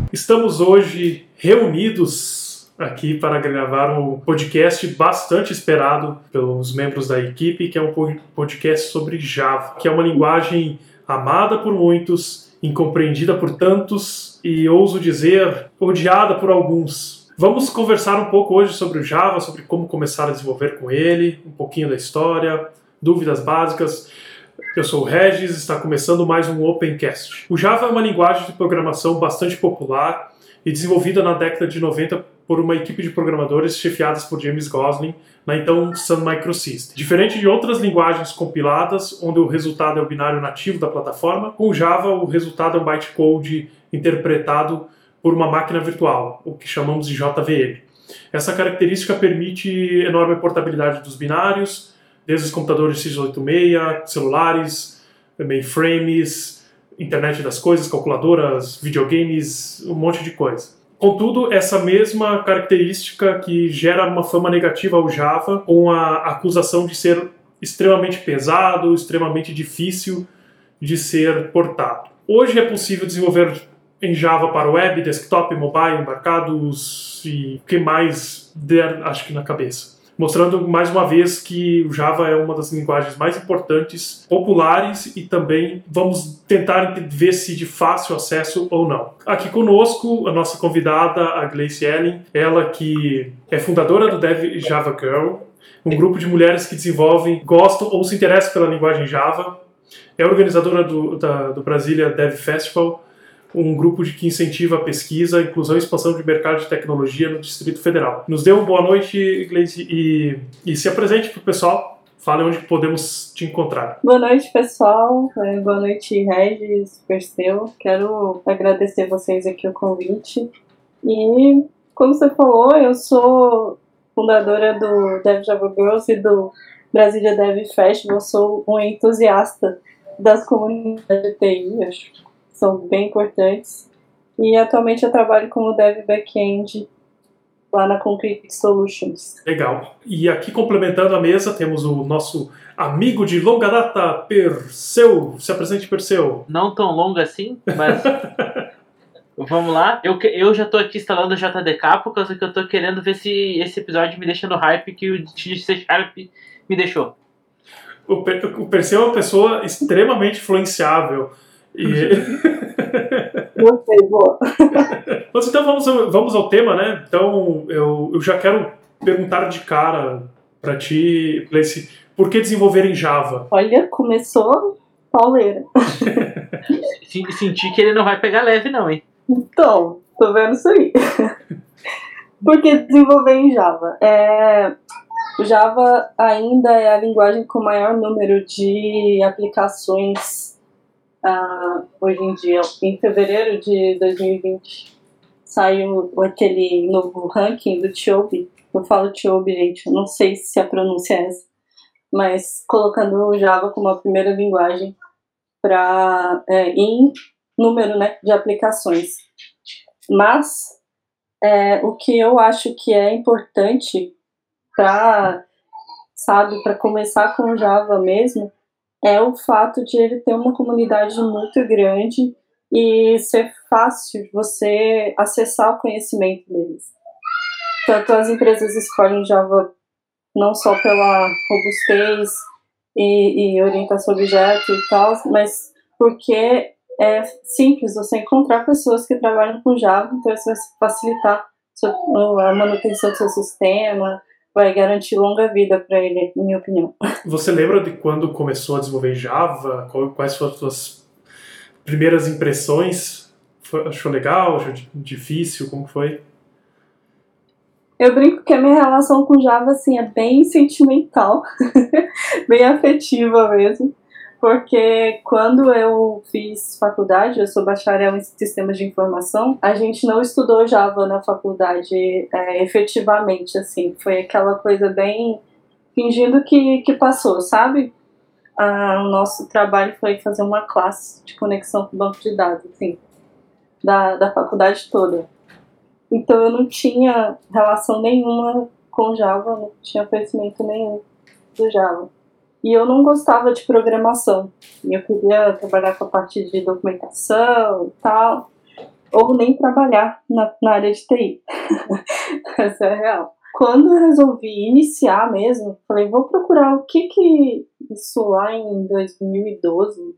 Estamos hoje reunidos aqui para gravar um podcast bastante esperado pelos membros da equipe, que é um podcast sobre Java, que é uma linguagem amada por muitos, incompreendida por tantos e, ouso dizer, odiada por alguns. Vamos conversar um pouco hoje sobre o Java, sobre como começar a desenvolver com ele, um pouquinho da história, dúvidas básicas. Eu sou o Regis, está começando mais um Opencast. O Java é uma linguagem de programação bastante popular e desenvolvida na década de 90 por uma equipe de programadores chefiadas por James Gosling, na então Sun Microsystems. Diferente de outras linguagens compiladas, onde o resultado é o binário nativo da plataforma, com o Java o resultado é um bytecode interpretado por uma máquina virtual, o que chamamos de JVM. Essa característica permite enorme portabilidade dos binários, desde os computadores x86, celulares, mainframes, internet das coisas, calculadoras, videogames, um monte de coisa. Contudo, essa mesma característica que gera uma fama negativa ao Java, com a acusação de ser extremamente pesado, extremamente difícil de ser portado. Hoje é possível desenvolver em Java para web, desktop, mobile, embarcados e o que mais der, acho que na cabeça. Mostrando mais uma vez que o Java é uma das linguagens mais importantes, populares e também vamos tentar ver se de fácil acesso ou não. Aqui conosco a nossa convidada, a Gleice Ellen, ela que é fundadora do Dev Java Girl, um grupo de mulheres que desenvolvem, gostam ou se interessam pela linguagem Java, é organizadora do Brasília Dev Festival, um grupo que incentiva a pesquisa, inclusão e expansão de mercado de tecnologia no Distrito Federal. Nos dê uma boa noite, Gleice, e se apresente para o pessoal. Fale onde podemos te encontrar. Boa noite, pessoal. Boa noite, Regis, Perseu. Quero agradecer vocês aqui o convite. E, como você falou, eu sou fundadora do Dev Java Girls e do Brasília Dev Festival. Sou um entusiasta das comunidades de TI, acho que são bem importantes. E atualmente eu trabalho como Dev Backend lá na Concrete Solutions. Legal. E aqui complementando a mesa temos o nosso amigo de longa data, Perseu. Se apresente, Perseu. Não tão longa assim, mas vamos lá. Eu já tô aqui instalando o JDK por causa que eu tô querendo ver se esse episódio me deixa no hype que o C# me deixou. O Perseu é uma pessoa extremamente influenciável. Boa. Mas então vamos ao tema, né? Então eu já quero perguntar de cara para ti, Gleice, por que desenvolver em Java? Olha, começou pauleira. Senti que ele não vai pegar leve não, hein? Então, tô vendo isso aí. Por que desenvolver em Java? O Java ainda é a linguagem com o maior número de aplicações hoje em dia. Em fevereiro de 2020 saiu aquele novo ranking do TIOBE. Eu falo TIOBE, gente, eu não sei se a pronúncia é essa, mas colocando o Java como a primeira linguagem em número, né, de aplicações. Mas o que eu acho que é importante para começar com o Java mesmo é o fato de ele ter uma comunidade muito grande e ser fácil de você acessar o conhecimento deles. Tanto as empresas escolhem Java não só pela robustez e orientação a objeto e tal, mas porque é simples você encontrar pessoas que trabalham com Java, então isso vai facilitar a manutenção do seu sistema, vai garantir longa vida para ele, na minha opinião. Você lembra de quando começou a desenvolver Java? Quais foram as suas primeiras impressões? Achou legal? Achou difícil? Como foi? Eu brinco que a minha relação com Java assim, é bem sentimental, bem afetiva mesmo, porque quando eu fiz faculdade, eu sou bacharel em sistemas de informação, a gente não estudou Java na faculdade efetivamente, assim, foi aquela coisa bem fingindo que passou, sabe? O nosso trabalho foi fazer uma classe de conexão com o banco de dados, assim, da faculdade toda. Então eu não tinha relação nenhuma com Java, não tinha conhecimento nenhum do Java. E eu não gostava de programação. Eu queria trabalhar com a parte de documentação e tal. ou nem trabalhar na área de TI. Essa é a real. Quando eu resolvi iniciar mesmo, falei, vou procurar o que isso lá em 2012,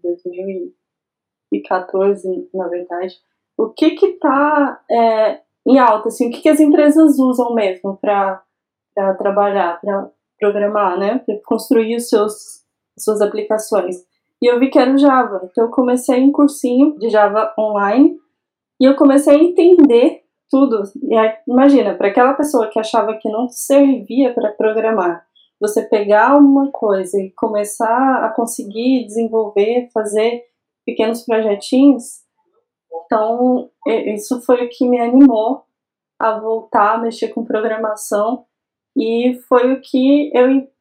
2014, na verdade, o que tá em alta, assim, o que as empresas usam mesmo para trabalhar, para programar, né, para construir suas aplicações. E eu vi que era o Java, então eu comecei um cursinho de Java online e eu comecei a entender tudo. E aí, imagina, para aquela pessoa que achava que não servia para programar, você pegar uma coisa e começar a conseguir desenvolver, fazer pequenos projetinhos, então isso foi o que me animou a voltar a mexer com programação e foi o que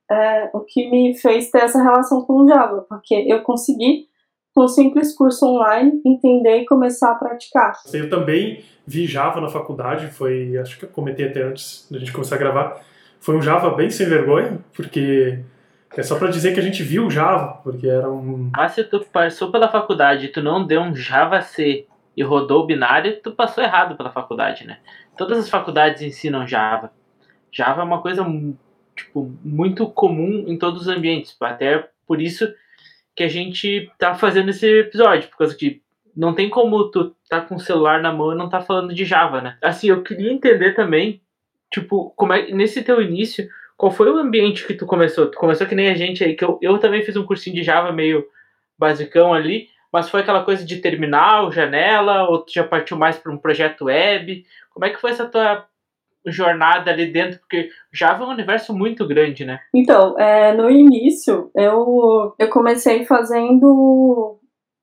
me fez ter essa relação com o Java, porque eu consegui, com um simples curso online, entender e começar a praticar. Eu também vi Java na faculdade, acho que eu comentei até antes da gente começar a gravar, foi um Java bem sem vergonha, porque é só para dizer que a gente viu Java, porque era um... Mas se tu passou pela faculdade e tu não deu um Java C e rodou o binário, tu passou errado pela faculdade, né? Todas as faculdades ensinam Java. Java é uma coisa muito comum em todos os ambientes, até por isso que a gente tá fazendo esse episódio, por causa que não tem como tu tá com o celular na mão e não tá falando de Java, né? Assim, eu queria entender também, como é, nesse teu início, qual foi o ambiente que tu começou? Tu começou que nem a gente aí, que eu também fiz um cursinho de Java meio basicão ali, mas foi aquela coisa de terminal, janela, ou tu já partiu mais para um projeto web? Como é que foi essa tua jornada ali dentro? Porque Java é um universo muito grande, né? Então, no início, eu comecei fazendo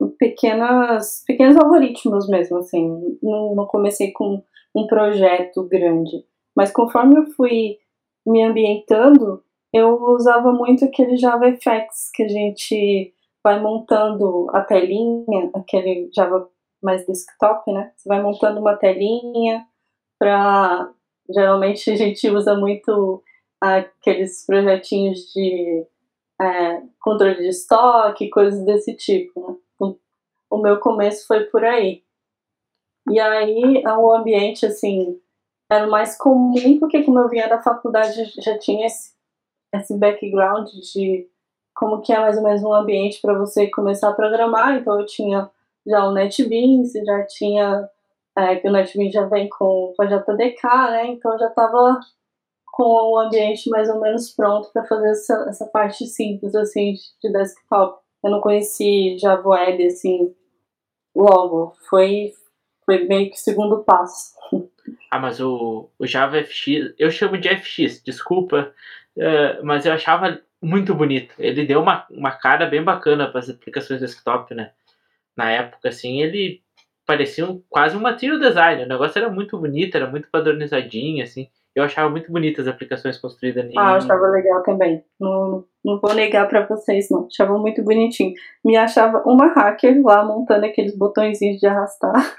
pequenos algoritmos mesmo, assim. Não comecei com um projeto grande. Mas conforme eu fui me ambientando, eu usava muito aquele JavaFX, que a gente vai montando a telinha, aquele Java mais desktop, né? Você vai montando uma telinha para... Geralmente a gente usa muito aqueles projetinhos de controle de estoque, coisas desse tipo, né? O meu começo foi por aí. E aí o ambiente, assim, era o mais comum, porque como eu vinha da faculdade, já tinha esse background de como que é mais ou menos um ambiente para você começar a programar. Então eu tinha já o NetBeans, já tinha... que o NetBeans já vem com a JDK, né? Então eu já estava com o ambiente mais ou menos pronto para fazer essa parte simples, assim, de desktop. Eu não conheci Java Web, assim, logo. Foi meio que o segundo passo. Mas o Java FX, eu chamo de FX, desculpa, mas eu achava muito bonito. Ele deu uma cara bem bacana para as aplicações desktop, né? Na época, assim, ele parecia quase um material design. O negócio era muito bonito, era muito padronizadinho, assim. Eu achava muito bonitas as aplicações construídas nele. Eu achava legal também. Não vou negar pra vocês, não. Achava muito bonitinho. Me achava uma hacker lá montando aqueles botõezinhos de arrastar.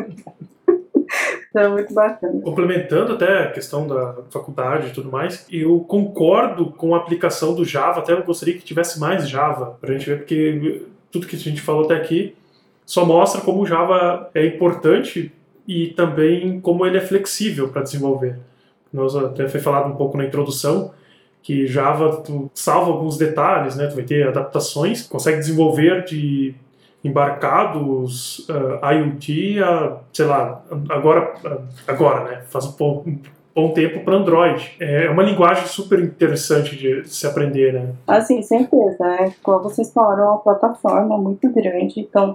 Era muito bacana. Complementando até a questão da faculdade e tudo mais, eu concordo com a aplicação do Java, até eu gostaria que tivesse mais Java, pra gente ver, porque tudo que a gente falou até aqui só mostra como o Java é importante e também como ele é flexível para desenvolver. Nós até foi falado um pouco na introdução que Java tu salva alguns detalhes, né? Tu vai ter adaptações, consegue desenvolver de embarcados IoT, sei lá, agora, né? Faz um bom tempo para Android. É uma linguagem super interessante de se aprender, né? Assim, certeza. Como vocês falaram, é uma plataforma muito grande, então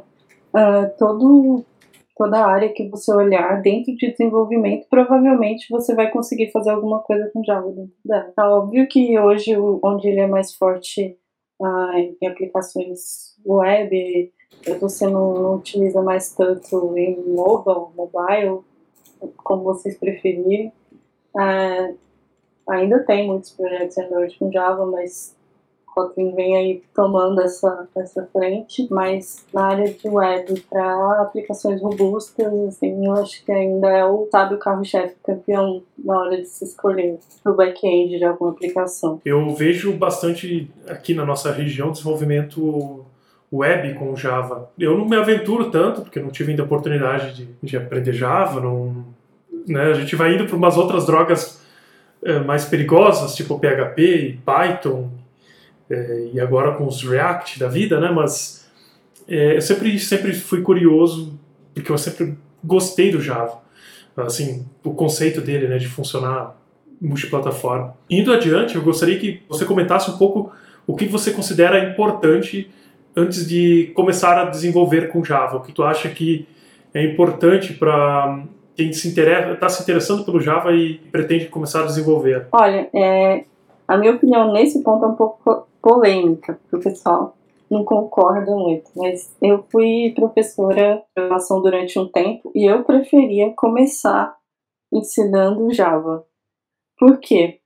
toda a área que você olhar dentro de desenvolvimento, provavelmente você vai conseguir fazer alguma coisa com Java dentro dela. É óbvio que hoje, onde ele é mais forte em aplicações web, você não utiliza mais tanto em mobile, como vocês preferirem. Ainda tem muitos projetos Android com Java, mas Kotlin vem aí tomando essa frente, mas na área de web, para aplicações robustas, assim, eu acho que ainda é o carro-chefe, campeão na hora de se escolher o back-end de alguma aplicação. Eu vejo bastante aqui na nossa região desenvolvimento web com Java. Eu não me aventuro tanto, porque eu não tive ainda a oportunidade de aprender Java. Não, né? A gente vai indo para umas outras drogas mais perigosas, tipo PHP e Python, e agora com os React da vida, né? Mas eu sempre fui curioso, porque eu sempre gostei do Java. Assim, o conceito dele, né, de funcionar multiplataforma. Indo adiante, eu gostaria que você comentasse um pouco o que você considera importante antes de começar a desenvolver com Java. O que tu acha que é importante para quem está se interessando pelo Java e pretende começar a desenvolver? Olha, a minha opinião nesse ponto é um pouco polêmica, porque o pessoal não concorda muito, mas eu fui professora de programação durante um tempo e eu preferia começar ensinando Java. Por quê?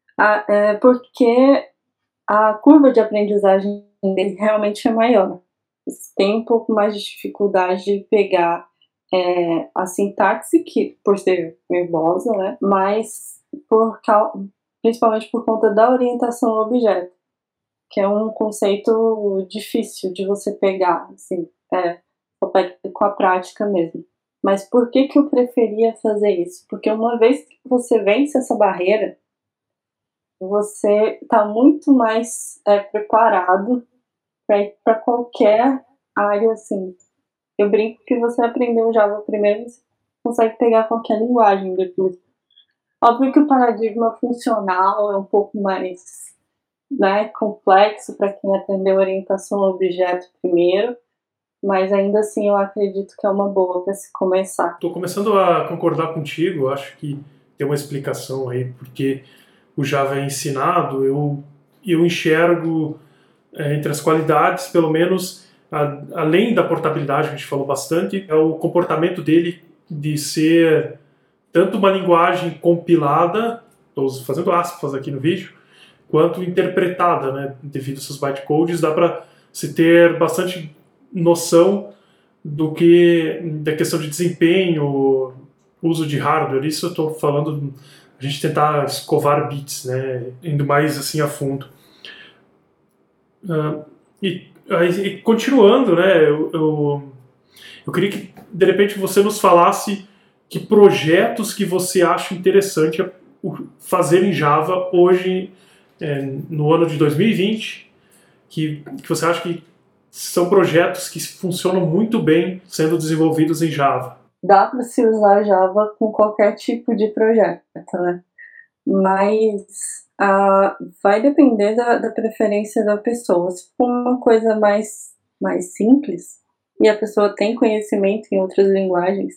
Porque a curva de aprendizagem dele realmente é maior. Você tem um pouco mais de dificuldade de pegar a sintaxe, que por ser verbosa, né? Mas principalmente por conta da orientação ao objeto, que é um conceito difícil de você pegar, assim, com a prática mesmo. Mas por que eu preferia fazer isso? Porque uma vez que você vence essa barreira, você está muito mais preparado para ir para qualquer área, assim. Eu brinco que você aprendeu Java primeiro, você consegue pegar qualquer linguagem depois. Óbvio que o paradigma funcional é um pouco mais, né, complexo para quem aprendeu orientação ao objeto primeiro, mas ainda assim eu acredito que é uma boa para se começar. Estou começando a concordar contigo, acho que tem uma explicação aí, porque o Java é ensinado, eu enxergo entre as qualidades, pelo menos, além da portabilidade, que a gente falou bastante, é o comportamento dele de ser tanto uma linguagem compilada, estou fazendo aspas aqui no vídeo, quanto interpretada, né? Devido aos seus bytecodes, dá para se ter bastante noção da questão de desempenho, uso de hardware. Isso eu estou falando, a gente tentar escovar bits, né? Indo mais assim a fundo. E continuando, né? Eu queria que de repente você nos falasse que projetos que você acha interessante fazer em Java hoje, no ano de 2020, que você acha que são projetos que funcionam muito bem sendo desenvolvidos em Java. Dá para se usar Java com qualquer tipo de projeto, né? Mas vai depender da preferência da pessoa. Se for uma coisa mais simples e a pessoa tem conhecimento em outras linguagens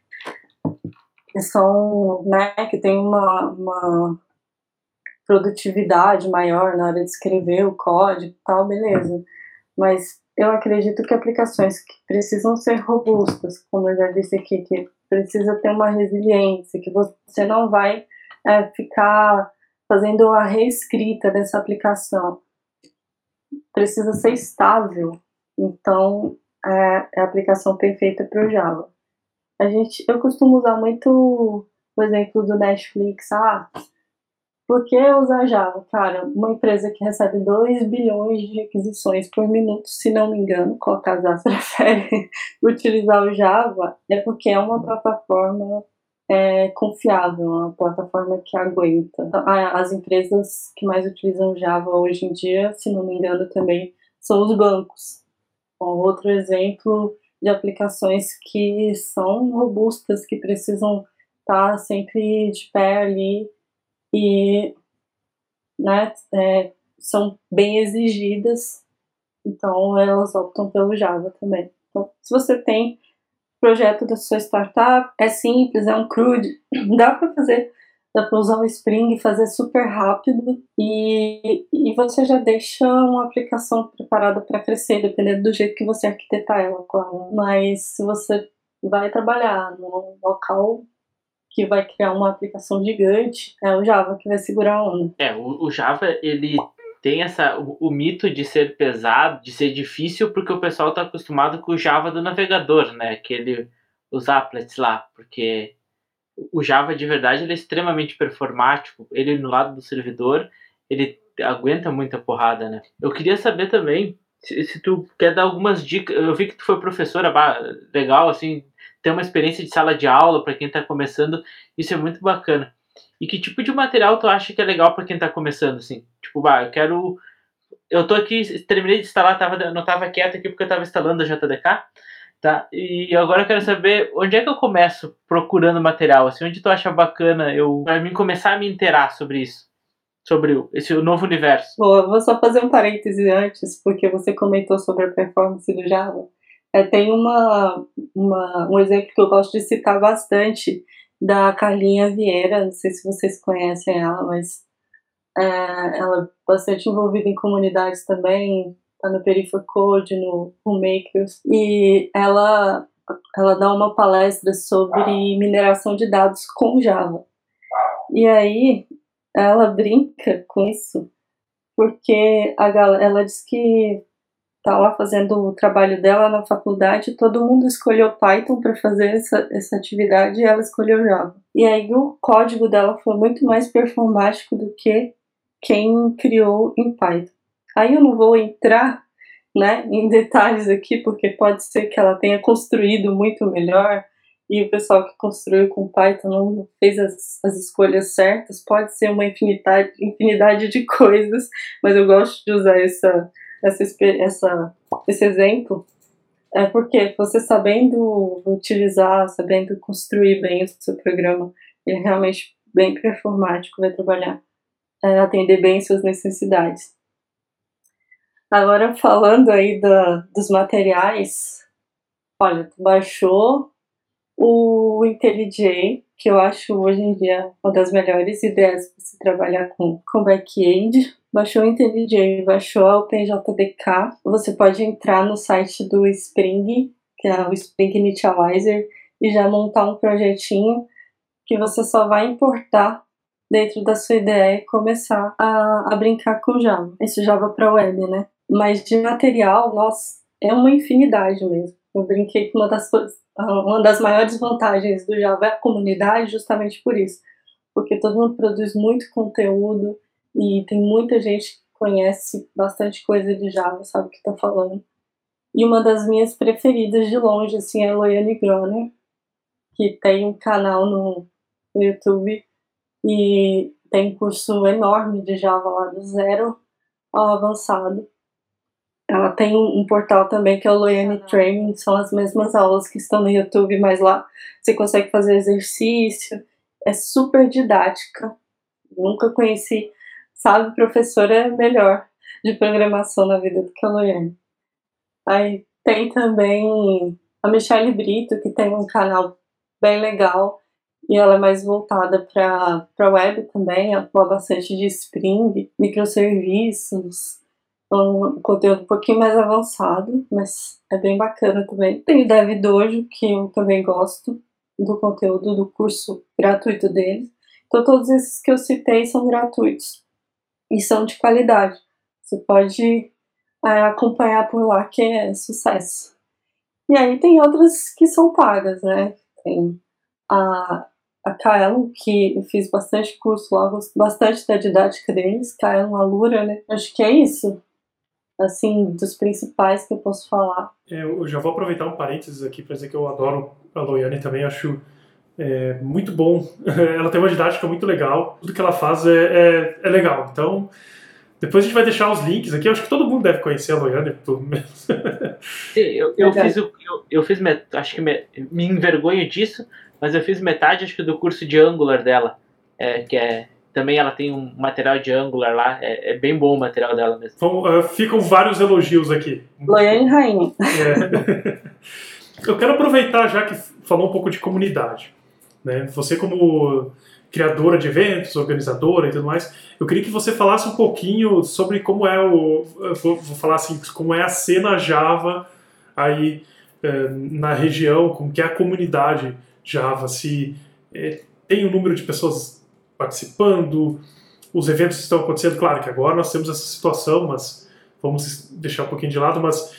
que são, né, que tem uma produtividade maior na hora de escrever o código e tal, beleza. Mas eu acredito que aplicações que precisam ser robustas, como eu já disse aqui, que precisa ter uma resiliência, que você não vai ficar fazendo a reescrita dessa aplicação. Precisa ser estável. Então, é a aplicação perfeita para o Java. Eu costumo usar muito o exemplo do Netflix. Por que usar Java? Cara, uma empresa que recebe 2 bilhões de requisições por minuto, se não me engano, qual caso prefere utilizar o Java, é porque é uma plataforma confiável, uma plataforma que aguenta. As empresas que mais utilizam Java hoje em dia, se não me engano, também são os bancos. Outro exemplo de aplicações que são robustas, que precisam estar sempre de pé ali e, né, são bem exigidas, então elas optam pelo Java também. Então, se você tem projeto da sua startup, é simples, é um CRUD, dá para usar o Spring e fazer super rápido e você já deixa uma aplicação preparada para crescer, dependendo do jeito que você arquitetar ela, claro. Mas se você vai trabalhar num local que vai criar uma aplicação gigante, é o Java que vai segurar a onda. O Java, ele tem o mito de ser pesado, de ser difícil, porque o pessoal está acostumado com o Java do navegador, né? Os applets lá, porque o Java de verdade ele é extremamente performático. Ele no lado do servidor, ele aguenta muita porrada, né? Eu queria saber também Se tu quer dar algumas dicas, eu vi que tu foi professora, legal, assim, ter uma experiência de sala de aula para quem tá começando, isso é muito bacana. E que tipo de material tu acha que é legal para quem tá começando, assim? Tipo, eu tô aqui, terminei de instalar, não tava quieto aqui porque eu tava instalando a JDK, tá? E agora eu quero saber onde é que eu começo procurando material, assim, onde tu acha bacana pra mim começar a me inteirar sobre isso, sobre esse novo universo. Bom, eu vou só fazer um parêntese antes, porque você comentou sobre a performance do Java. Tem um exemplo que eu gosto de citar bastante, da Carlinha Vieira, não sei se vocês conhecem ela, mas ela é bastante envolvida em comunidades também, tá no Peripher Code, no Makers, e ela dá uma palestra sobre mineração de dados com Java. E aí ela brinca com isso, porque ela diz que tá lá fazendo o trabalho dela na faculdade, todo mundo escolheu Python para fazer essa atividade e ela escolheu Java. E aí o código dela foi muito mais performático do que quem criou em Python. Aí eu não vou entrar, né, em detalhes aqui, porque pode ser que ela tenha construído muito melhor e o pessoal que construiu com Python não fez as escolhas certas. Pode ser uma infinidade de coisas, mas eu gosto de usar esse exemplo, porque você sabendo utilizar, sabendo construir bem o seu programa, ele é realmente bem performático, vai trabalhar, atender bem suas necessidades. Agora, falando aí dos materiais, olha, tu baixou o IntelliJ, que eu acho hoje em dia uma das melhores ideias para se trabalhar com back-end. Baixou o IntelliJ, baixou a OpenJDK. Você pode entrar no site do Spring, que é o Spring Initializer, e já montar um projetinho que você só vai importar dentro da sua ideia e começar a brincar com Java. Isso Java para web, né? Mas de material, nossa, é uma infinidade mesmo. Eu brinquei que uma das maiores vantagens do Java é a comunidade, justamente por isso. Porque todo mundo produz muito conteúdo e tem muita gente que conhece bastante coisa de Java, sabe o que tá falando. E uma das minhas preferidas de longe, assim, é a Loiane Groner, que tem um canal no YouTube e tem curso enorme de Java lá do zero ao avançado. Ela tem um portal também que é o Loiane Training, são as mesmas aulas que estão no YouTube, mas lá você consegue fazer exercício, é super didática. Nunca conheci, sabe, professora melhor de programação na vida do que a Loiane. Aí tem também a Michelle Brito, que tem um canal bem legal, e ela é mais voltada para web também, ela fala bastante de Spring, microserviços, um conteúdo um pouquinho mais avançado, mas é bem bacana também. Tem o DevDojo, que eu também gosto do conteúdo do curso gratuito deles. Então todos esses que eu citei são gratuitos e são de qualidade. Você pode acompanhar por lá, que é sucesso. E aí tem outras que são pagas, né? Tem a Kaelon, que eu fiz bastante curso lá, gosto bastante da didática deles, Kaelon, Alura, né? Acho que é isso, assim, dos principais que eu posso falar. Eu já vou aproveitar um parênteses aqui para dizer que eu adoro a Loiane também, acho muito bom. Ela tem uma didática muito legal, tudo que ela faz é legal. Então, depois a gente vai deixar os links aqui. Eu acho que todo mundo deve conhecer a Loiane, pelo menos. Eu fiz acho que me envergonho disso, mas eu fiz metade, acho que, do curso de Angular dela, também ela tem um material de Angular lá, é bem bom o material dela mesmo. Então, ficam vários elogios aqui. Loiane Rainha. Eu quero aproveitar, já que falou um pouco de comunidade, né? Você como criadora de eventos, organizadora e tudo mais, eu queria que você falasse um pouquinho sobre como é vou falar assim, como é a cena Java aí na região, como que é a comunidade Java, se tem um número de pessoas participando, os eventos estão acontecendo, claro que agora nós temos essa situação, mas vamos deixar um pouquinho de lado, mas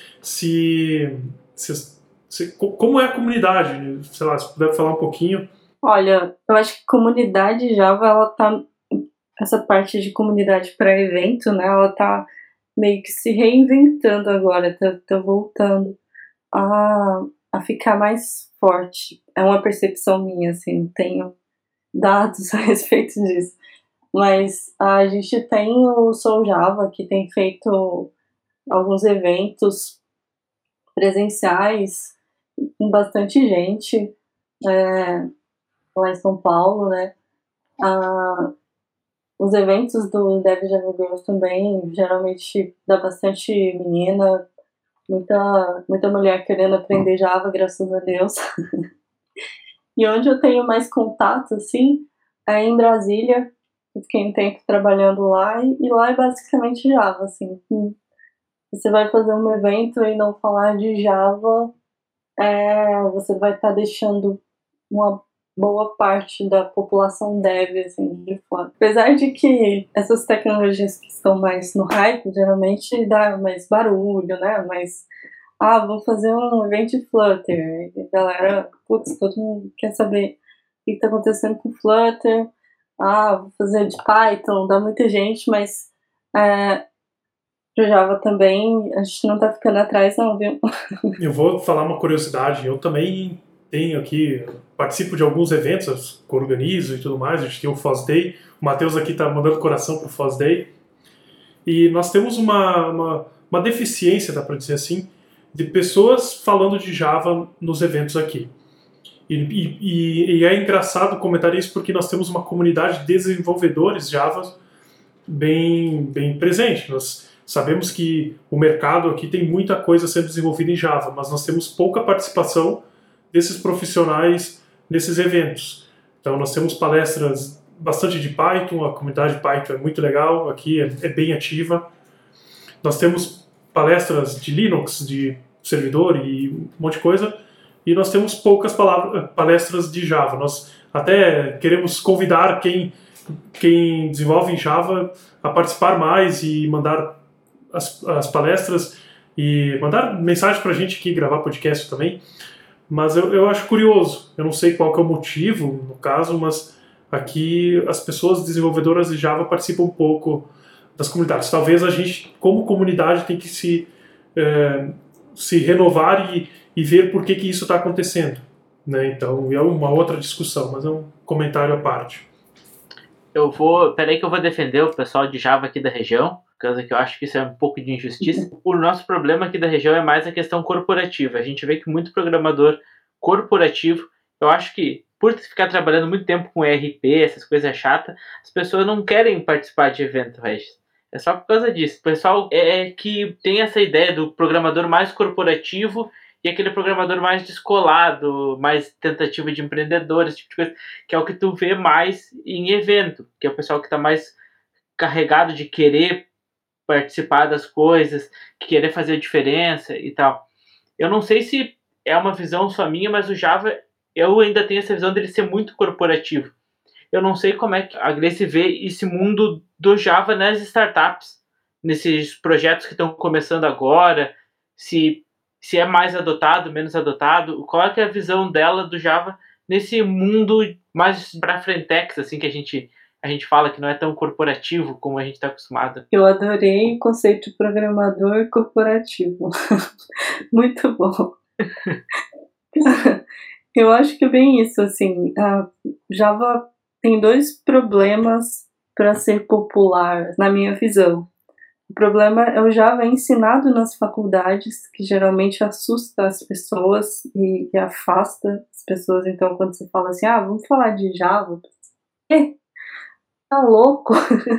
como é a comunidade, sei lá, se puder falar um pouquinho. Olha, eu acho que comunidade Java, essa parte de comunidade para evento, né, ela tá meio que se reinventando agora, tá voltando a ficar mais forte. É uma percepção minha, assim, não tenho dados a respeito disso. Mas a gente tem o Soul Java, que tem feito alguns eventos presenciais com bastante gente, lá em São Paulo, né? Os eventos do Dev Java Girls também, geralmente dá bastante menina, muita mulher querendo aprender Java, graças a Deus. E onde eu tenho mais contato, assim, é em Brasília. Eu fiquei um tempo trabalhando lá, e lá é basicamente Java, assim. Você vai fazer um evento e não falar de Java, você vai estar deixando uma boa parte da população dev, assim, de fora. Apesar de que essas tecnologias que estão mais no hype, geralmente dá mais barulho, né? Mas, vou fazer um evento de Flutter. E a galera, putz, todo mundo quer saber o que está acontecendo com Flutter. Vou fazer de Python, dá muita gente, mas pro Java também, a gente não tá ficando atrás não, viu? Eu vou falar uma curiosidade, eu também tenho aqui, participo de alguns eventos que eu organizo e tudo mais, a gente tem o FOSS Day, o Matheus aqui tá mandando coração pro FOSS Day, e nós temos uma deficiência, dá para dizer assim, de pessoas falando de Java nos eventos aqui. E é engraçado comentar isso porque nós temos uma comunidade de desenvolvedores Java bem presente. Nós sabemos que o mercado aqui tem muita coisa sendo desenvolvida em Java, mas nós temos pouca participação desses profissionais nesses eventos. Então nós temos palestras bastante de Python, a comunidade Python é muito legal, aqui é bem ativa. Nós temos palestras de Linux, de servidor e um monte de coisa, e nós temos poucas palestras de Java. Nós até queremos convidar quem desenvolve em Java a participar mais e mandar as palestras e mandar mensagem para a gente aqui, gravar podcast também. Mas eu acho curioso, eu não sei qual que é o motivo, no caso, mas aqui as pessoas desenvolvedoras de Java participam um pouco das comunidades. Talvez a gente, como comunidade, tem que se renovar e ver por que isso está acontecendo, né? Então é uma outra discussão, mas é um comentário à parte. Peraí que eu vou defender o pessoal de Java aqui da região, por que eu acho que isso é um pouco de injustiça. O nosso problema aqui da região é mais a questão corporativa. A gente vê que muito programador corporativo, eu acho que por ficar trabalhando muito tempo com ERP, essas coisas chatas, as pessoas não querem participar de evento, Regis. É só por causa disso. O pessoal que tem essa ideia do programador mais corporativo e aquele programador mais descolado, mais tentativa de empreendedor, esse tipo de coisa, que é o que tu vê mais em evento, que é o pessoal que está mais carregado de querer participar das coisas, querer fazer a diferença e tal. Eu não sei se é uma visão só minha, mas o Java, eu ainda tenho essa visão dele ser muito corporativo. Eu não sei como é que a Grace vê esse mundo do Java nas startups, nesses projetos que estão começando agora, se é mais adotado, menos adotado, qual é que é a visão dela do Java nesse mundo mais para frentex, assim, que a gente fala que não é tão corporativo como a gente está acostumado. Eu adorei o conceito de programador corporativo. Muito bom. Eu acho que é bem isso, assim, a Java tem dois problemas para ser popular, na minha visão. O problema é o Java ensinado nas faculdades, que geralmente assusta as pessoas e afasta as pessoas. Então, quando você fala assim, vamos falar de Java, tá louco?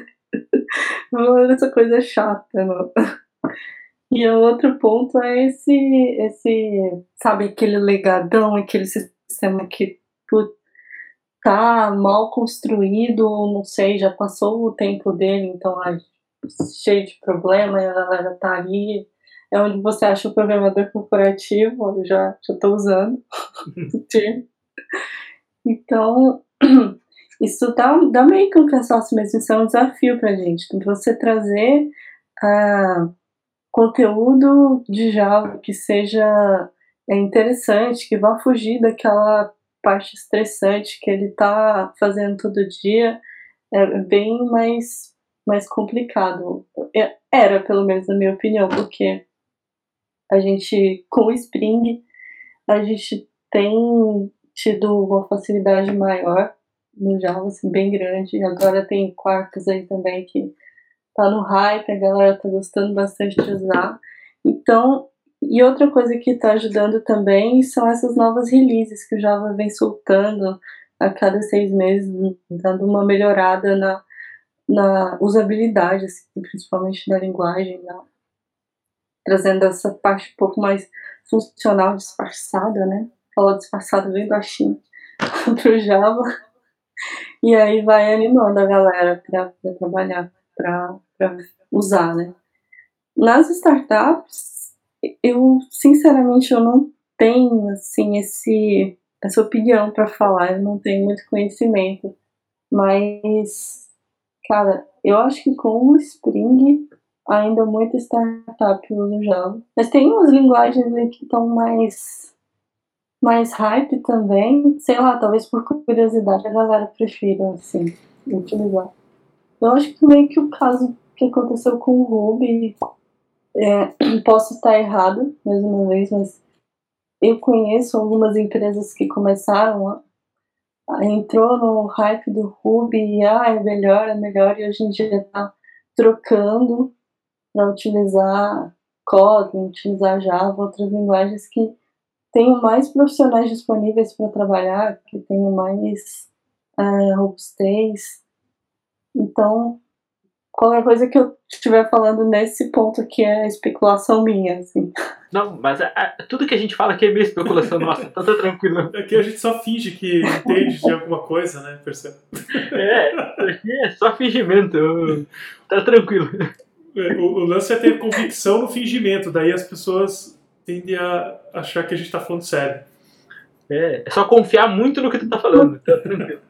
Essa coisa é chata, não? E o outro ponto é esse, sabe, aquele legadão, aquele sistema que tá mal construído, não sei, já passou o tempo dele, então cheio de problema, e a galera tá ali. É onde você acha o programador corporativo, eu já tô usando o termo. Então, isso dá meio que um cansaço mesmo, isso é um desafio pra gente. Você trazer conteúdo de Java que seja interessante, que vá fugir daquela parte estressante que ele tá fazendo todo dia, é bem mais mais complicado. Era, pelo menos na minha opinião, porque a gente, com o Spring, a gente tem tido uma facilidade maior no Java, assim, bem grande. Agora tem Quarkus aí também que tá no hype, a galera tá gostando bastante de usar. Então, e outra coisa que tá ajudando também são essas novas releases que o Java vem soltando a cada 6 meses, dando uma melhorada na usabilidade, assim, principalmente da linguagem, trazendo essa parte um pouco mais funcional, disfarçada, né? Fala disfarçada bem baixinho pro Java. E aí vai animando a galera pra trabalhar, pra usar, né? Nas startups, eu, sinceramente, eu não tenho, assim, essa opinião para falar, eu não tenho muito conhecimento. Mas, cara, eu acho que com o Spring, ainda muita startup usa o Java. Mas tem umas linguagens aí que estão mais hype também. Sei lá, talvez por curiosidade a galera prefira, assim, utilizar. Eu acho que meio que o caso que aconteceu com o Ruby, posso estar errado, mais uma vez, mas eu conheço algumas empresas que começaram entrou no hype do Ruby e é melhor, e hoje em dia está trocando para utilizar Kotlin, utilizar Java, outras linguagens que tenham mais profissionais disponíveis para trabalhar, que tenham mais robustez. Então, qualquer coisa que eu estiver falando nesse ponto aqui é especulação minha, assim. Não, mas tudo que a gente fala aqui é meio especulação nossa, tá tranquilo. Aqui a gente só finge que entende de alguma coisa, né? Percebe? Aqui é só fingimento, tá tranquilo. O lance é ter convicção no fingimento, daí as pessoas tendem a achar que a gente tá falando sério. É só confiar muito no que tu tá falando, tá tranquilo.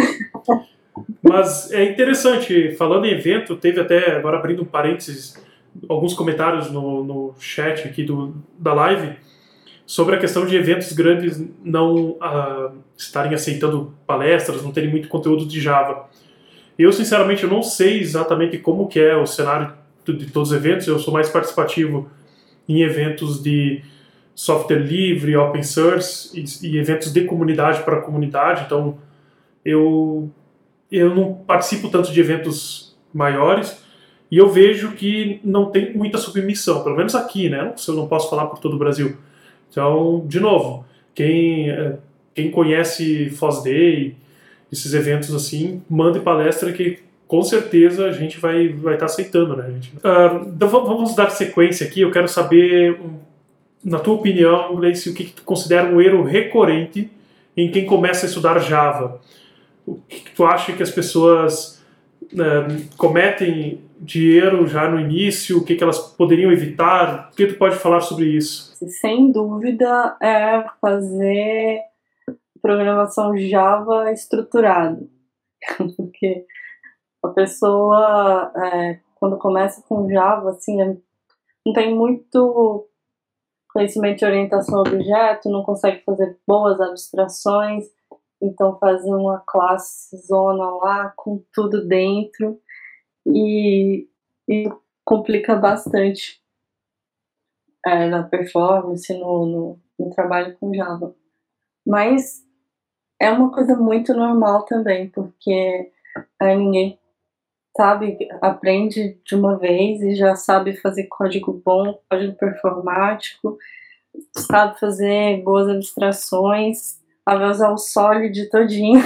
Mas é interessante, falando em evento, teve até, agora abrindo um parênteses, alguns comentários no chat aqui da live sobre a questão de eventos grandes não estarem aceitando palestras, não terem muito conteúdo de Java. Eu, sinceramente, eu não sei exatamente como que é o cenário de todos os eventos, eu sou mais participativo em eventos de software livre, open source e eventos de comunidade para comunidade, então eu não participo tanto de eventos maiores e eu vejo que não tem muita submissão, pelo menos aqui, né? Eu não posso falar por todo o Brasil. Então, de novo, quem conhece FOSDEI, esses eventos assim, mande palestra que com certeza a gente vai estar aceitando, né, gente? Então vamos dar sequência aqui. Eu quero saber, na tua opinião, Gleice, o que tu considera um erro recorrente em quem começa a estudar Java? O que tu acha que as pessoas cometem de erro já no início? O que elas poderiam evitar? O que tu pode falar sobre isso? Sem dúvida é fazer programação Java estruturada. Porque a pessoa, quando começa com Java, assim, não tem muito conhecimento de orientação a objeto, não consegue fazer boas abstrações, então fazer uma classe zona lá com tudo dentro e complica bastante na performance, no trabalho com Java. Mas é uma coisa muito normal também, porque ninguém aprende de uma vez e já sabe fazer código bom, código performático, sabe fazer boas abstrações, vai usar o Solid todinho.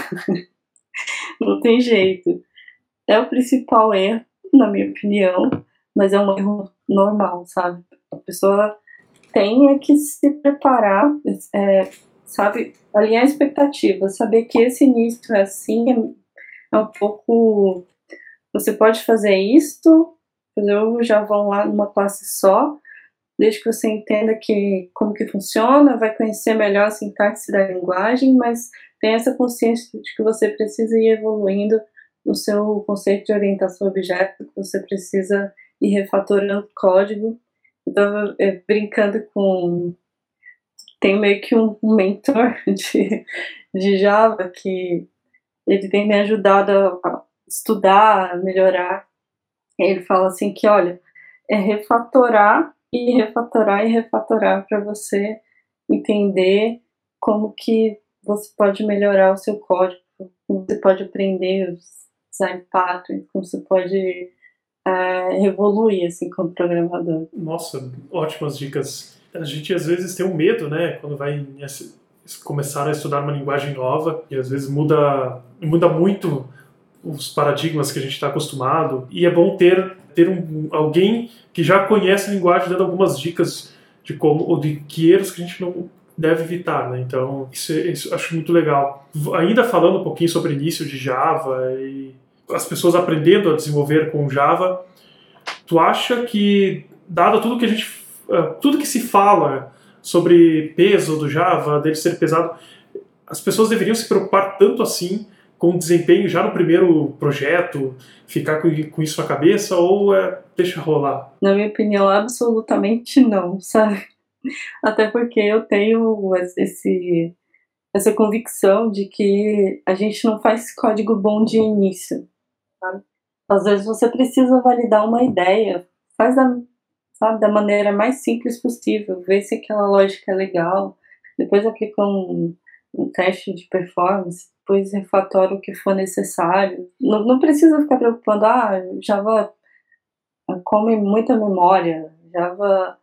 Não tem jeito. É o principal erro, na minha opinião, mas é um erro normal, sabe? A pessoa tem que se preparar, sabe, alinhar expectativas, saber que esse início é assim, é um pouco... Você pode fazer isso, fazer o Java lá numa classe só, desde que você entenda como que funciona, vai conhecer melhor a sintaxe da linguagem, mas tem essa consciência de que você precisa ir evoluindo no seu conceito de orientação a objeto, que você precisa ir refatorando código. Então, brincando com... Tem meio que um mentor de Java que ele tem me ajudado a estudar, a melhorar Ele fala assim que, olha, é refatorar e refatorar e refatorar para você entender como que você pode melhorar o seu código, como você pode aprender design patterns, como você pode evoluir assim como programador. Nossa, ótimas dicas. A gente às vezes tem um medo, né, quando vai começar a estudar uma linguagem nova e às vezes muda muito os paradigmas que a gente está acostumado, e é bom ter alguém que já conhece a linguagem dando algumas dicas de como ou de que erros que a gente não deve evitar, né? Então isso acho muito legal. Ainda falando um pouquinho sobre o início de Java e as pessoas aprendendo a desenvolver com Java, tu acha que, dado tudo que se fala sobre peso do Java, dele ser pesado, as pessoas deveriam se preocupar tanto assim com o desempenho já no primeiro projeto, ficar com isso na cabeça, ou deixa rolar? Na minha opinião, absolutamente não, sabe? Até porque eu tenho essa convicção de que a gente não faz código bom de início, sabe? Às vezes você precisa validar uma ideia, faz da maneira mais simples possível, vê se aquela lógica é legal, depois aplica um teste de performance, depois refatora o que for necessário. Não precisa ficar preocupando, Java come muita memória, Java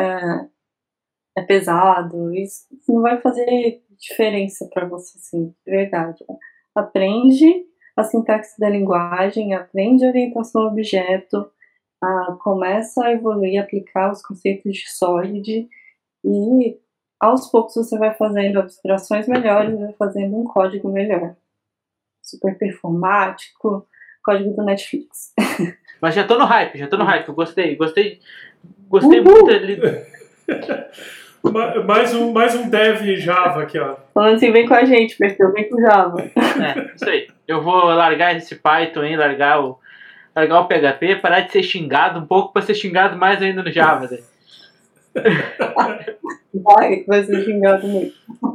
é pesado, isso não vai fazer diferença para você, assim, de verdade. Aprende a sintaxe da linguagem, aprende a orientação ao objeto, começa a evoluir, aplicar os conceitos de Solid e aos poucos você vai fazendo abstrações melhores, vai fazendo um código melhor. Super performático, código do Netflix. Mas já tô no hype, eu gostei muito ali. Mais um dev Java aqui, ó. Falando assim, vem com a gente, Bertão, vem com o Java. Isso aí. Eu vou largar esse Python aí, largar o PHP, parar de ser xingado um pouco para ser xingado mais ainda no Java. Né? Vai ser xingado mesmo.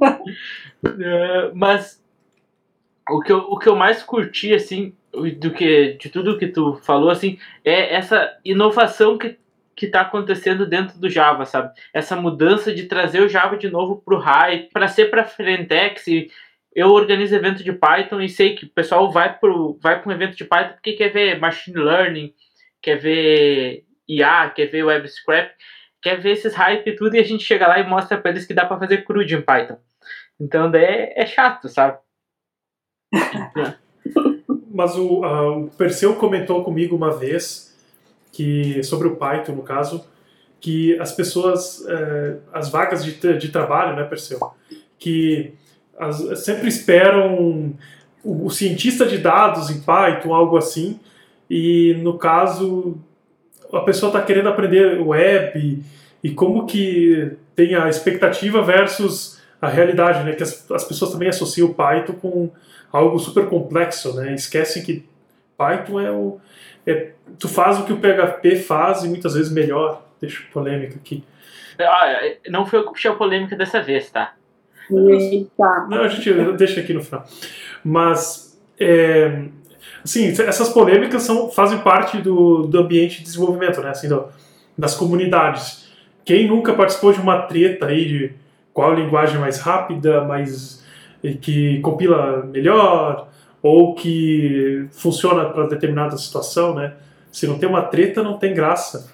Mas o que eu mais curti, assim, de tudo que tu falou, assim, é essa inovação que tá acontecendo dentro do Java, sabe? Essa mudança de trazer o Java de novo pro hype, para ser para Frentex. Eu organizo evento de Python e sei que o pessoal vai para um evento de Python porque quer ver Machine Learning, quer ver IA, quer ver Web Scrap, quer ver esses hype e tudo, e a gente chega lá e mostra para eles que dá para fazer CRUD em Python. Então daí é chato, sabe? Mas o Perseu comentou comigo uma vez, que sobre o Python, no caso, que as pessoas, as vagas de trabalho, né, Perseu, que sempre esperam o cientista de dados em Python, algo assim, e no caso a pessoa está querendo aprender web e como que tem a expectativa versus a realidade, né, que as pessoas também associam o Python com algo super complexo, né, esquecem que Python tu faz o que o PHP faz e muitas vezes melhor. Deixa polêmica aqui. Não foi eu que puxei a polêmica dessa vez, tá? Não, a gente deixa aqui no final. Mas, assim, essas polêmicas fazem parte do ambiente de desenvolvimento, né? Assim, das comunidades. Quem nunca participou de uma treta aí de qual a linguagem mais rápida, que compila melhor, ou que funciona para determinada situação, né? Se não tem uma treta, não tem graça.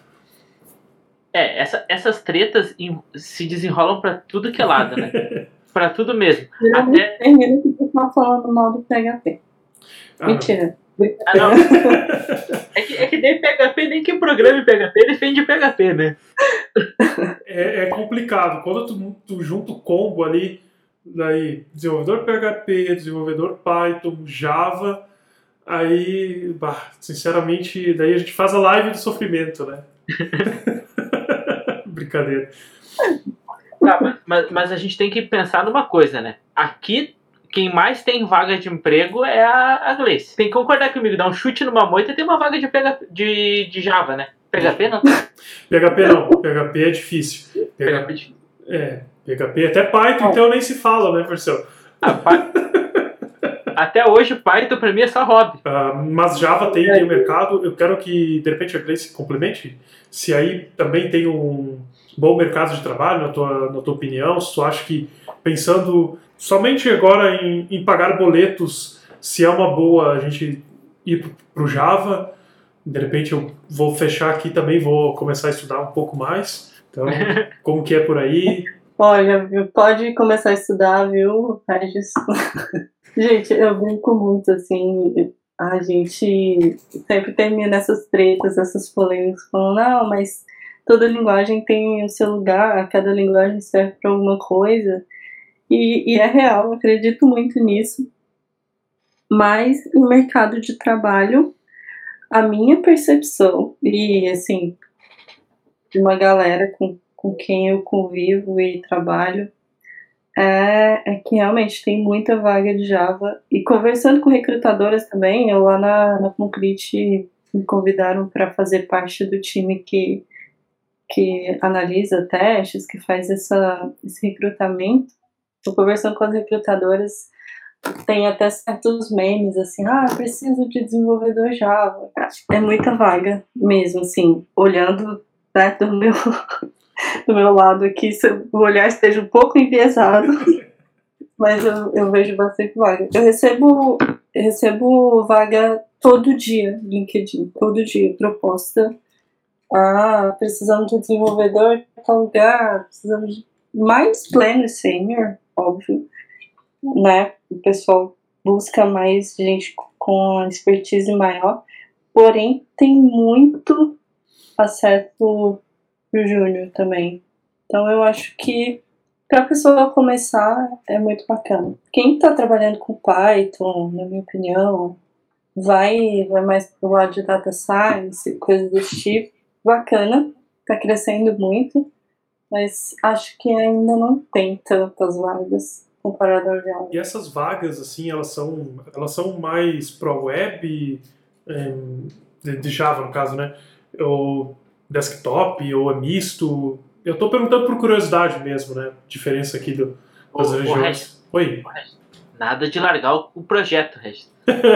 Essas tretas se desenrolam para tudo que é lado, né? Para tudo mesmo. Até termina que você tá falando mal do PHP. Mentira. Não. É que nem PHP, nem que programa PHP defende PHP, né? É complicado. Quando tu junta o combo ali, daí desenvolvedor PHP, desenvolvedor Python, Java, aí, sinceramente, daí a gente faz a live do sofrimento, né? Brincadeira. Tá, mas a gente tem que pensar numa coisa, né? Aqui, quem mais tem vaga de emprego é a Gleice. Tem que concordar comigo, dar um chute numa moita e tem uma vaga de Java, né? PHP não? PHP não. PHP é difícil. PHP até Python, então nem se fala, né, Marcelo? Até hoje, Python pra mim é só hobby. Mas Java tem um mercado. Eu quero que, de repente, a Gleice complemente. Se aí também tem um bom mercado de trabalho, na tua opinião, se tu acha que, pensando somente agora em pagar boletos, se é uma boa a gente ir para o Java. De repente eu vou fechar aqui também, vou começar a estudar um pouco mais. Então, como que é por aí? Olha, pode começar a estudar, viu, Regis? Gente, eu brinco muito, assim, a gente sempre termina essas tretas, essas polêmicas, falando, não, mas toda linguagem tem o seu lugar, cada linguagem serve para alguma coisa, e é real, eu acredito muito nisso. Mas no mercado de trabalho, a minha percepção, e assim, de uma galera com quem eu convivo e trabalho, é que realmente tem muita vaga de Java. E conversando com recrutadoras também, eu lá na Concrete me convidaram para fazer parte do time que analisa testes, que faz esse recrutamento. Estou conversando com as recrutadoras, tem até certos memes, assim, preciso de desenvolvedor Java. É muita vaga mesmo, assim, olhando, né, do meu lado aqui, se o olhar esteja um pouco enviesado, mas eu vejo bastante vaga. Eu recebo vaga todo dia no LinkedIn, todo dia, proposta. Precisamos de um desenvolvedor em tal lugar, precisamos de mais pleno senior, óbvio, né? O pessoal busca mais gente com expertise maior, porém tem muito acesso pro júnior também. Então eu acho que para a pessoa começar é muito bacana. Quem está trabalhando com Python, na minha opinião, vai mais pro lado de data science, coisas desse tipo, bacana, está crescendo muito, mas acho que ainda não tem tantas vagas comparado ao Java. E essas vagas, assim, elas são mais pro web, de Java no caso, né? Ou desktop, ou é misto? Eu tô perguntando por curiosidade mesmo, né? Diferença aqui das regiões. Oi. Nada de largar o projeto, Regis.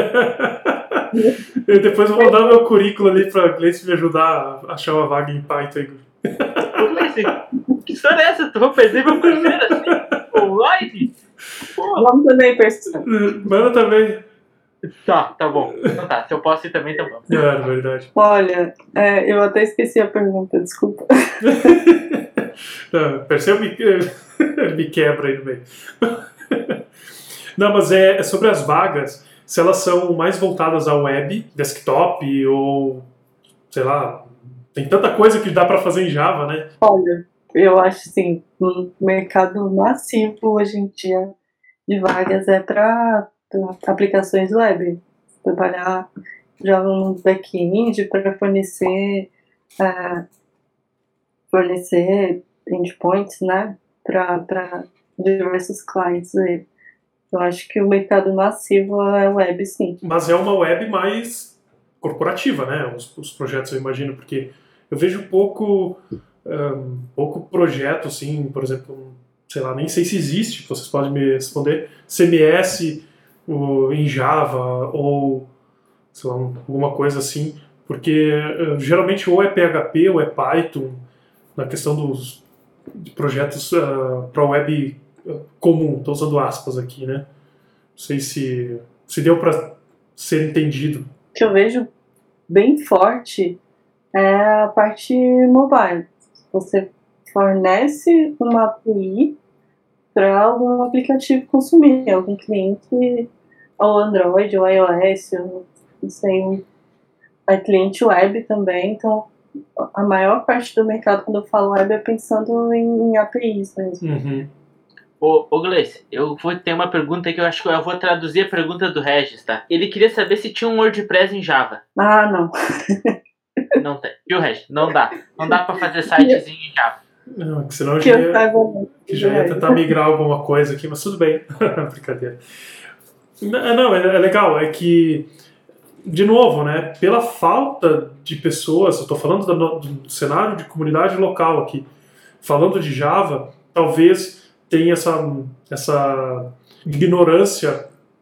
Depois eu vou dar meu currículo ali pra Gleice me ajudar a achar uma vaga em Python. Que história é essa? Tu vai perder meu cruzeiro assim? Online? Vamos também, pessoal. Manda também. Tá bom. Então tá, se eu posso ir também, tá bom. É verdade. Olha, eu até esqueci a pergunta, desculpa. Percebe? Me quebra aí no meio. Não, mas é sobre as vagas, se elas são mais voltadas à web, desktop ou, sei lá, tem tanta coisa que dá para fazer em Java, né? Olha, eu acho assim, um mercado massivo hoje em dia de vagas é para aplicações web. Trabalhar já no back-end para fornecer endpoints, né, para diversos clientes aí. Eu acho que o mercado massivo é web, sim. Mas é uma web mais corporativa, né? Os projetos, eu imagino, porque eu vejo pouco projeto, assim, por exemplo, sei lá, nem sei se existe, vocês podem me responder, CMS em Java ou, sei lá, alguma coisa assim, porque geralmente ou é PHP ou é Python, na questão dos projetos para web comum, estou usando aspas aqui, né? Não sei se deu para ser entendido. O que eu vejo bem forte é a parte mobile. Você fornece uma API para algum aplicativo consumir, algum cliente, ou Android, ou iOS, ou não sei, cliente web também. Então, a maior parte do mercado, quando eu falo web, é pensando em APIs mesmo. Uhum. Ô Gleice, eu vou ter uma pergunta que eu acho que eu vou traduzir a pergunta do Regis, tá? Ele queria saber se tinha um WordPress em Java. Não. Não tem. Viu, Regis? Não dá. Não dá pra fazer sitezinho em Java. Não, senão eu já ia tentar migrar alguma coisa aqui, mas tudo bem. Brincadeira. Não, é legal. É que, de novo, né, pela falta de pessoas, eu estou falando do cenário de comunidade local aqui, falando de Java, talvez tenha essa ignorância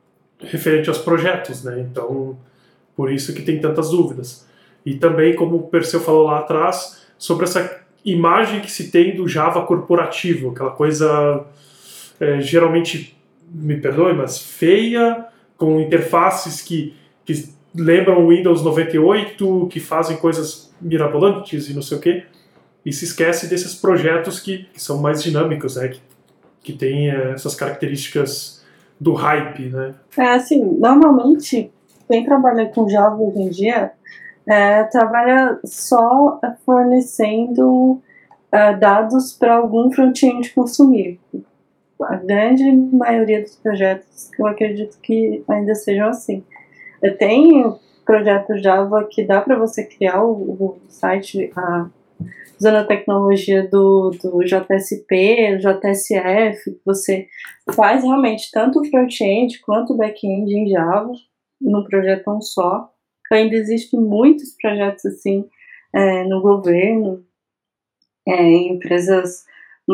referente aos projetos, né? Então, por isso que tem tantas dúvidas. E também, como o Perseu falou lá atrás, sobre essa imagem que se tem do Java corporativo, aquela coisa geralmente, me perdoe, mas feia, com interfaces que lembram o Windows 98, que fazem coisas mirabolantes e não sei o quê, e se esquece desses projetos que são mais dinâmicos, né? Que têm essas características do hype, né? Assim, normalmente, quem trabalha com Java hoje em dia trabalha só fornecendo dados para algum front-end consumir. A grande maioria dos projetos, eu acredito que ainda sejam assim. Tem projeto Java que dá para você criar o site usando a tecnologia do JSP, JSF, você faz realmente tanto o front-end quanto o back-end em Java, num projeto só. Ainda existem muitos projetos assim no governo, em empresas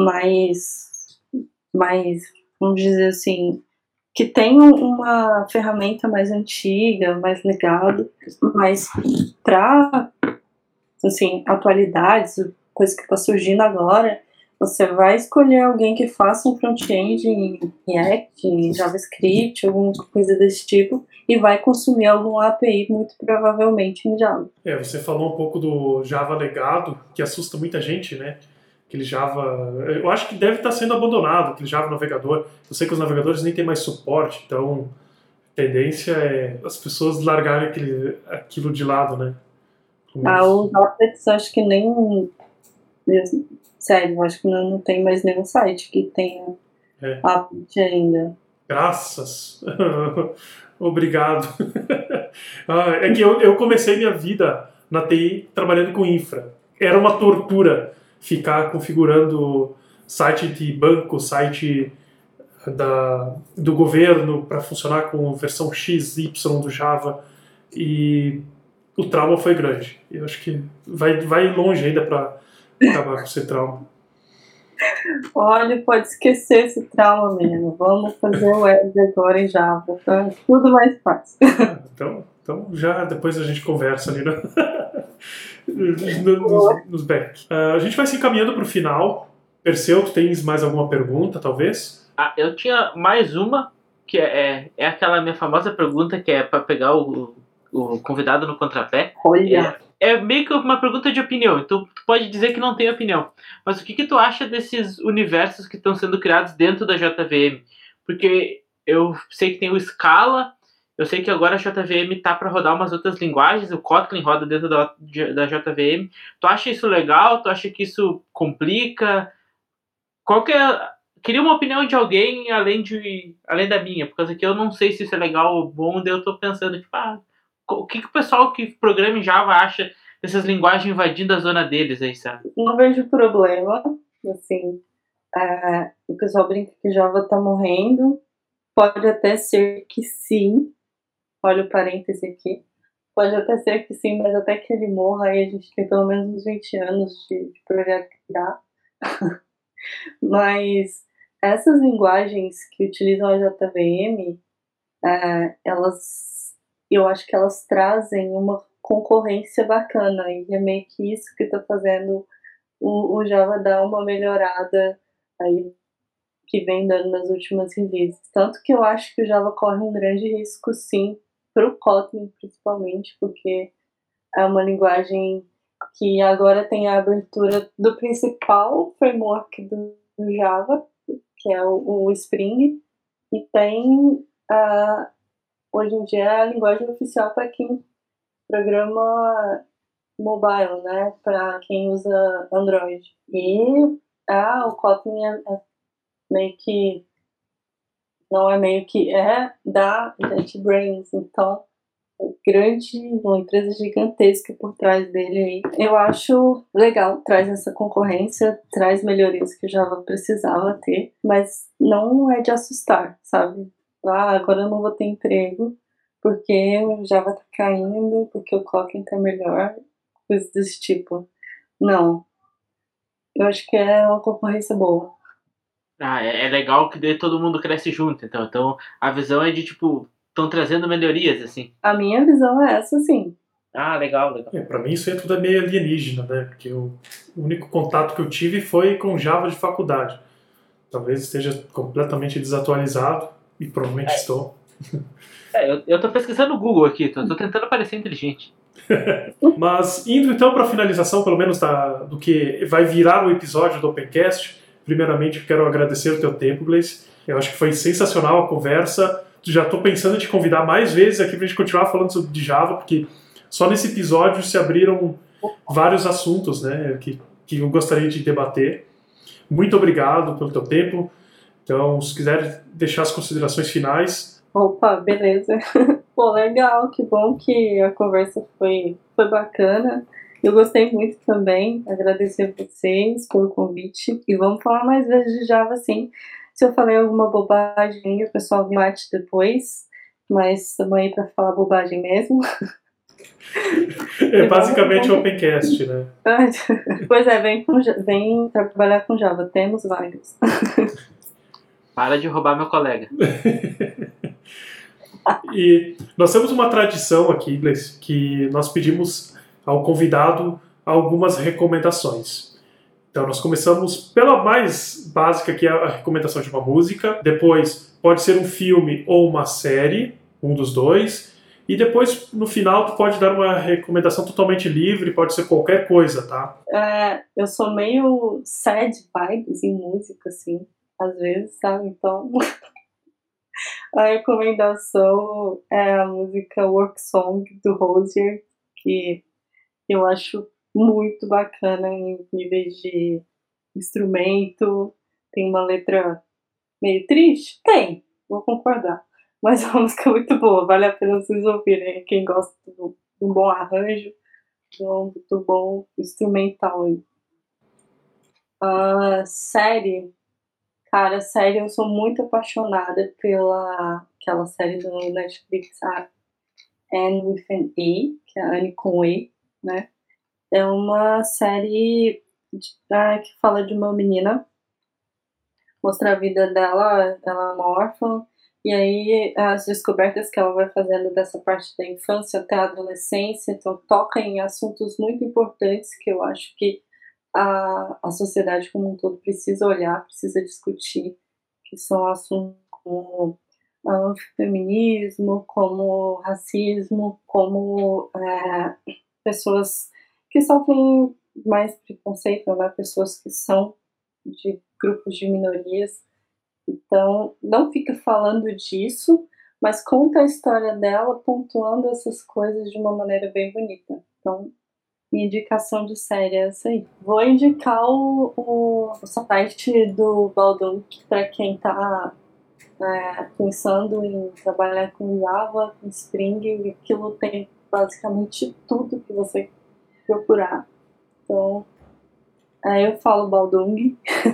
mais, vamos dizer assim, que tem uma ferramenta mais antiga, mais legada, mas para assim, atualidades, coisa que está surgindo agora, você vai escolher alguém que faça um front-end em React, em JavaScript, alguma coisa desse tipo, e vai consumir algum API, muito provavelmente em Java. Você falou um pouco do Java legado, que assusta muita gente, né? Aquele Java... Eu acho que deve estar sendo abandonado, aquele Java navegador. Eu sei que os navegadores nem têm mais suporte, então a tendência é as pessoas largarem aquilo de lado, né? Os Apex, acho que nem... Sério, acho que não tem mais nenhum site que tenha Apex ainda. Graças. Obrigado. É que eu comecei minha vida na TI trabalhando com infra. Era uma tortura ficar configurando site de banco, site do governo para funcionar com versão X, Y do Java. E o trauma foi grande. Eu acho que vai longe ainda para acabar com esse trauma. Olha, pode esquecer esse trauma mesmo. Vamos fazer o web agora em Java. Tá tudo mais fácil. Então já depois a gente conversa ali nos back. A gente vai se encaminhando para o final. Perseu, tu tens mais alguma pergunta, talvez? Eu tinha mais uma, que é aquela minha famosa pergunta que é para pegar o convidado no contrapé. Olha! É meio que uma pergunta de opinião, então tu pode dizer que não tem opinião. Mas o que tu acha desses universos que estão sendo criados dentro da JVM? Porque eu sei que tem o Scala, eu sei que agora a JVM tá para rodar umas outras linguagens, o Kotlin roda dentro da JVM. Tu acha isso legal? Tu acha que isso complica? Queria uma opinião de alguém além da minha, por causa que eu não sei se isso é legal ou bom, daí eu tô pensando, tipo, o que o pessoal que programa em Java acha dessas linguagens invadindo a zona deles aí, sabe? Não vejo problema, assim, o pessoal brinca que Java tá morrendo, pode até ser que sim, olha o parêntese aqui, pode até ser que sim, mas até que ele morra, aí a gente tem pelo menos uns 20 anos de projeto que dá. Mas essas linguagens que utilizam a JVM, eu acho que elas trazem uma concorrência bacana, e é meio que isso que está fazendo o Java dar uma melhorada aí que vem dando nas últimas releases. Tanto que eu acho que o Java corre um grande risco, sim, para o Kotlin, principalmente, porque é uma linguagem que agora tem a abertura do principal framework do Java, que é o Spring, e tem hoje em dia é a linguagem oficial para quem programa mobile, né? Para quem usa Android. E o Kotlin é meio que não é meio que da JetBrains, então uma empresa gigantesca por trás dele aí. Eu acho legal, traz essa concorrência, traz melhorias que o Java precisava ter, mas não é de assustar, sabe? Agora eu não vou ter emprego porque o Java tá caindo, porque o Kotlin tá melhor, coisas desse tipo. Não. Eu acho que é uma concorrência boa. É legal que daí todo mundo cresce junto, então a visão é de, tipo, estão trazendo melhorias, assim. A minha visão é essa, sim. Ah, legal. Pra mim isso aí tudo é meio alienígena, né? Porque o único contato que eu tive foi com Java de faculdade. Talvez esteja completamente desatualizado, e provavelmente estou. Eu tô pesquisando no Google aqui, tô tentando parecer inteligente. Mas indo então para a finalização, pelo menos do que vai virar o episódio do Opencast, primeiramente quero agradecer o teu tempo, Gleice. Eu acho que foi sensacional a conversa. Já estou pensando em te convidar mais vezes aqui para a gente continuar falando de Java, porque só nesse episódio se abriram vários assuntos, né, que eu gostaria de debater. Muito obrigado pelo teu tempo. Então, se quiser deixar as considerações finais. Opa, beleza. Pô, legal, que bom que a conversa foi bacana. Eu gostei muito também, agradecer a vocês pelo convite. E vamos falar mais vezes de Java, sim. Se eu falei alguma bobagem, o pessoal me mate depois. Mas estamos aí para falar bobagem mesmo. É basicamente o Opencast, né? Pois é, vem trabalhar com Java, temos vagas. Para de roubar meu colega. E nós temos uma tradição aqui, Gleice, que nós pedimos ao convidado algumas recomendações. Então nós começamos pela mais básica, que é a recomendação de uma música. Depois pode ser um filme ou uma série, um dos dois. E depois, no final, tu pode dar uma recomendação totalmente livre, pode ser qualquer coisa, tá? Eu sou meio sad vibes em música, assim, às vezes, sabe? Então, a recomendação é a música Work Song, do Hozier, que eu acho muito bacana em níveis de instrumento. Tem uma letra meio triste? Tem, vou concordar. Mas a música é muito boa, vale a pena vocês ouvirem. Quem gosta de um bom arranjo, de um muito bom instrumental. Série. Cara, série, eu sou muito apaixonada pela aquela série do Netflix, a Anne with an E, que é a Anne com E, né? É uma série que fala de uma menina, mostra a vida dela, ela é uma órfã, e aí as descobertas que ela vai fazendo dessa parte da infância até a adolescência, então toca em assuntos muito importantes que eu acho que a sociedade como um todo precisa olhar, precisa discutir, que são assuntos como feminismo, como racismo, como pessoas que sofrem mais preconceito, né? Pessoas que são de grupos de minorias. Então, não fica falando disso, mas conta a história dela, pontuando essas coisas de uma maneira bem bonita. Então, minha indicação de série é essa aí. Vou indicar o site do Baldung para quem está pensando em trabalhar com Java, com Spring. Aquilo tem basicamente tudo que você procurar. Então, eu falo Baldung,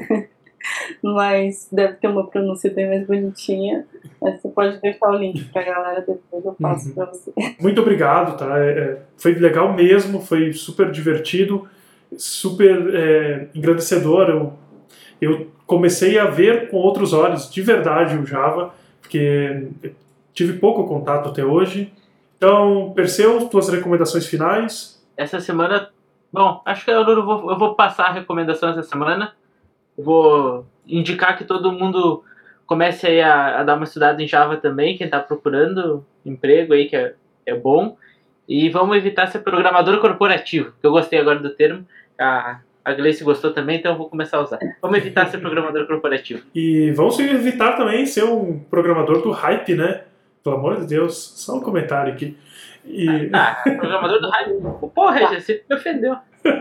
mas deve ter uma pronúncia bem mais bonitinha. Mas você pode deixar o link pra galera depois, eu passo pra você. Muito obrigado, tá? Foi legal mesmo, foi super divertido, super engrandecedor. Eu comecei a ver com outros olhos, de verdade, o Java, porque tive pouco contato até hoje. Então, Perseu, tuas recomendações finais? Essa semana, bom, acho que eu vou passar a recomendação essa semana. Vou indicar que todo mundo comece aí a dar uma estudada em Java também, quem está procurando emprego aí, que é bom. E vamos evitar ser programador corporativo, que eu gostei agora do termo. A Gleice gostou também, então eu vou começar a usar. Vamos evitar ser programador corporativo. E vamos evitar também ser um programador do hype, né? Pelo amor de Deus, só um comentário aqui. Programador do hype? Porra, você me ofendeu.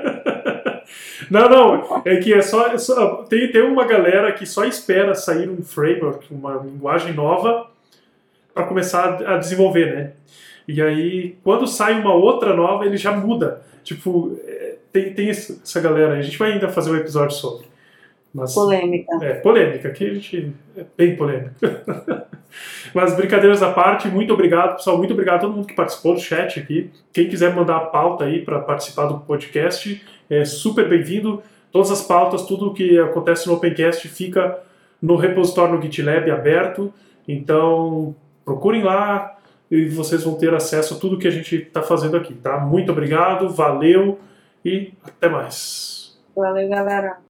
Não, é que tem uma galera que só espera sair um framework, uma linguagem nova, para começar a desenvolver, né? E aí, quando sai uma outra nova, ele já muda. Tipo, tem essa galera aí. A gente vai ainda fazer um episódio sobre. Mas, polêmica. Polêmica, que a gente é bem polêmica. Mas brincadeiras à parte, muito obrigado, pessoal. Muito obrigado a todo mundo que participou do chat aqui. Quem quiser mandar a pauta aí para participar do podcast, é super bem-vindo. Todas as pautas, tudo o que acontece no Opencast fica no repositório no GitLab aberto. Então, procurem lá e vocês vão ter acesso a tudo que a gente está fazendo aqui, tá? Muito obrigado, valeu e até mais. Valeu, galera.